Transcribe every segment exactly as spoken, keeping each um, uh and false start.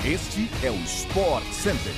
Este é o Sport Center.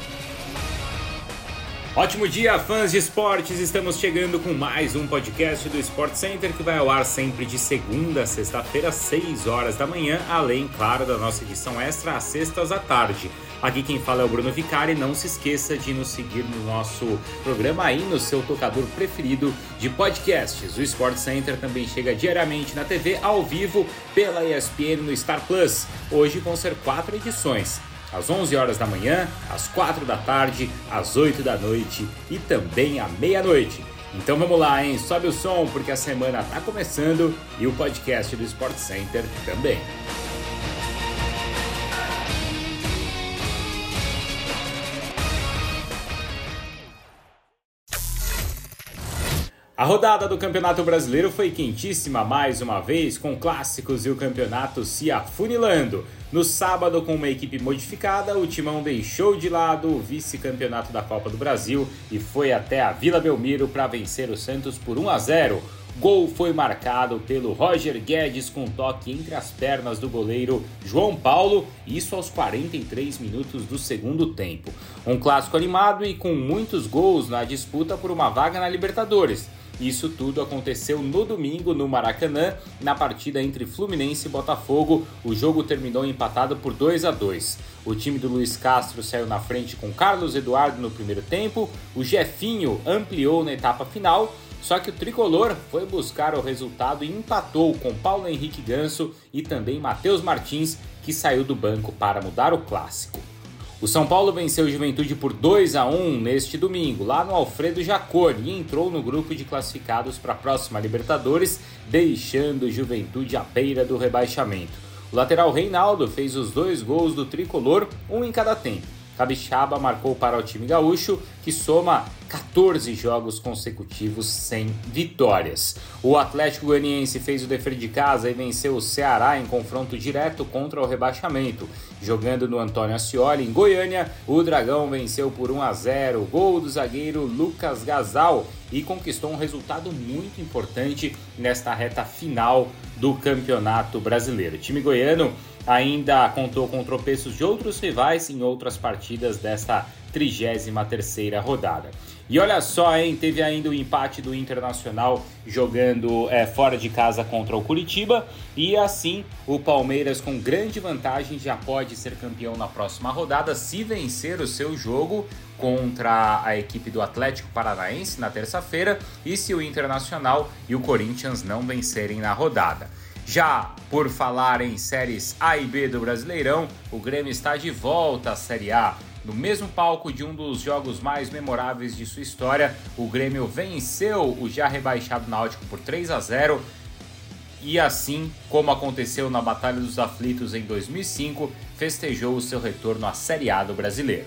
Ótimo dia, fãs de esportes! Estamos chegando com mais um podcast do Sport Center que vai ao ar sempre de segunda a sexta-feira, às seis horas da manhã, além, claro, da nossa edição extra às sextas à tarde. Aqui quem fala é o Bruno Vicari. Não se esqueça de nos seguir no nosso programa aí no seu tocador preferido de podcasts. O Sport Center também chega diariamente na T V ao vivo pela E S P N no Star Plus. Hoje vão ser quatro edições. Às onze horas da manhã, às quatro da tarde, às oito da noite e também à meia-noite. Então vamos lá, hein? Sobe o som porque a semana está começando e o podcast do Sport Center também. A rodada do Campeonato Brasileiro foi quentíssima mais uma vez, com clássicos e o campeonato se afunilando. No sábado, com uma equipe modificada, o Timão deixou de lado o vice-campeonato da Copa do Brasil e foi até a Vila Belmiro para vencer o Santos por um a zero. Gol foi marcado pelo Roger Guedes com toque entre as pernas do goleiro João Paulo, isso aos quarenta e três minutos do segundo tempo. Um clássico animado e com muitos gols na disputa por uma vaga na Libertadores. Isso tudo aconteceu no domingo no Maracanã, na partida entre Fluminense e Botafogo. O jogo terminou empatado por dois a dois. O time do Luiz Castro saiu na frente com Carlos Eduardo no primeiro tempo, o Jefinho ampliou na etapa final, só que o tricolor foi buscar o resultado e empatou com Paulo Henrique Ganso e também Matheus Martins, que saiu do banco para mudar o clássico. O São Paulo venceu o Juventude por dois a um neste domingo, lá no Alfredo Jaconi, e entrou no grupo de classificados para a próxima Libertadores, deixando o Juventude à beira do rebaixamento. O lateral Reinaldo fez os dois gols do tricolor, um em cada tempo. Capixaba marcou para o time gaúcho, que soma quatorze jogos consecutivos sem vitórias. O Atlético Goianiense fez o dever de casa e venceu o Ceará em confronto direto contra o rebaixamento. Jogando no Antônio Ascioli, em Goiânia, o Dragão venceu por um a zero, gol do zagueiro Lucas Gasal, e conquistou um resultado muito importante nesta reta final do Campeonato Brasileiro. O time goiano ainda contou com tropeços de outros rivais em outras partidas desta trigésima terceira rodada. E olha só, hein, teve ainda o empate do Internacional jogando é, fora de casa contra o Curitiba, e assim o Palmeiras, com grande vantagem, já pode ser campeão na próxima rodada se vencer o seu jogo contra a equipe do Atlético Paranaense na terça-feira, e se o Internacional e o Corinthians não vencerem na rodada. Já por falar em séries A e B do Brasileirão, o Grêmio está de volta à Série A. No mesmo palco de um dos jogos mais memoráveis de sua história, o Grêmio venceu o já rebaixado Náutico por três a zero, e assim como aconteceu na Batalha dos Aflitos em dois mil e cinco, festejou o seu retorno à Série A do Brasileiro.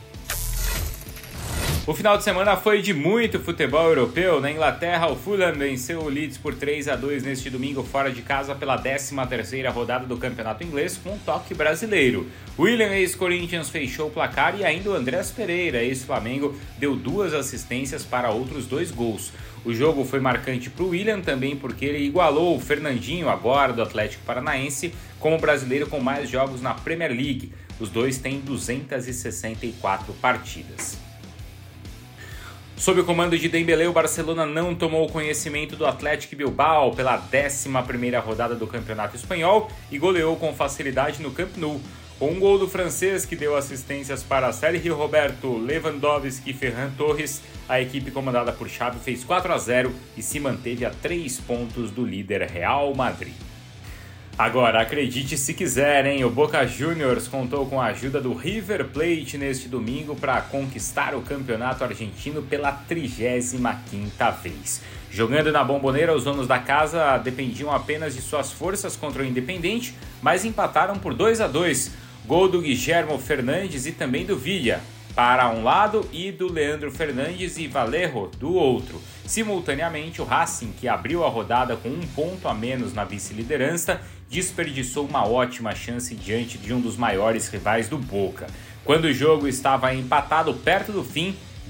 O final de semana foi de muito futebol europeu. Na Inglaterra, o Fulham venceu o Leeds por três a dois neste domingo fora de casa pela décima terceira rodada do Campeonato Inglês, com um toque brasileiro. O Willian, ex-Corinthians, fechou o placar, e ainda o Andrés Pereira, ex-Flamengo, deu duas assistências para outros dois gols. O jogo foi marcante para o Willian também porque ele igualou o Fernandinho, agora do Atlético Paranaense, como brasileiro com mais jogos na Premier League. Os dois têm duzentas e sessenta e quatro partidas. Sob o comando de Dembélé, o Barcelona não tomou conhecimento do Athletic Bilbao pela décima primeira rodada do Campeonato Espanhol e goleou com facilidade no Camp Nou. Com um gol do francês, que deu assistências para Sérgio Roberto, Lewandowski e Ferran Torres, a equipe comandada por Xavi fez quatro a zero e se manteve a três pontos do líder Real Madrid. Agora, acredite se quiser, hein? O Boca Juniors contou com a ajuda do River Plate neste domingo para conquistar o campeonato argentino pela trigésima quinta vez. Jogando na Bombonera, os donos da casa dependiam apenas de suas forças contra o Independiente, mas empataram por dois a dois. Gol do Guillermo Fernandes e também do Villa, para um lado, e do Leandro Fernandes e Vallejo do outro. Simultaneamente, o Racing, que abriu a rodada com um ponto a menos na vice-liderança, desperdiçou uma ótima chance diante de um dos maiores rivais do Boca. Quando o jogo estava empatado perto do fim,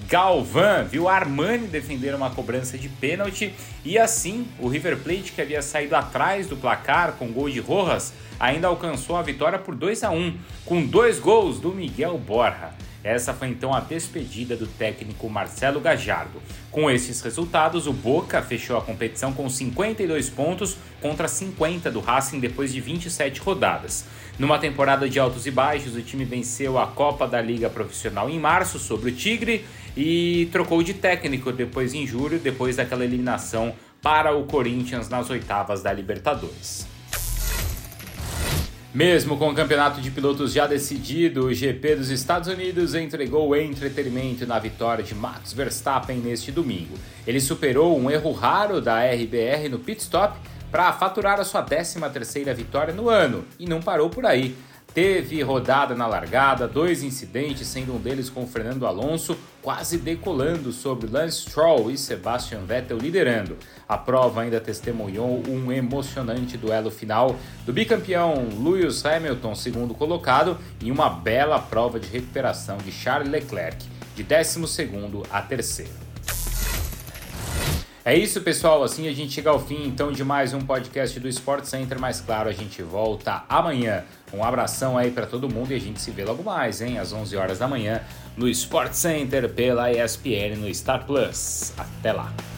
Galvão viu Armani defender uma cobrança de pênalti e assim o River Plate, que havia saído atrás do placar com gol de Rojas, ainda alcançou a vitória por dois a um, com dois gols do Miguel Borja. Essa foi então a despedida do técnico Marcelo Gallardo. Com esses resultados, o Boca fechou a competição com cinquenta e dois pontos contra cinquenta do Racing depois de vinte e sete rodadas. Numa temporada de altos e baixos, o time venceu a Copa da Liga Profissional em março sobre o Tigre e trocou de técnico depois em julho, depois daquela eliminação para o Corinthians nas oitavas da Libertadores. Mesmo com o campeonato de pilotos já decidido, o G P dos Estados Unidos entregou entretenimento na vitória de Max Verstappen neste domingo. Ele superou um erro raro da R B R no pit stop para faturar a sua décima terceira vitória no ano e não parou por aí. Teve rodada na largada, dois incidentes, sendo um deles com o Fernando Alonso quase decolando sobre Lance Stroll e Sebastian Vettel liderando. A prova ainda testemunhou um emocionante duelo final do bicampeão Lewis Hamilton, segundo colocado, em uma bela prova de recuperação de Charles Leclerc, de décimo segundo a terceiro. É isso, pessoal, assim a gente chega ao fim então de mais um podcast do Sport Center, mas claro, a gente volta amanhã. Um abração aí para todo mundo e a gente se vê logo mais, hein, às onze horas da manhã no Sport Center pela E S P N no Star Plus. Até lá!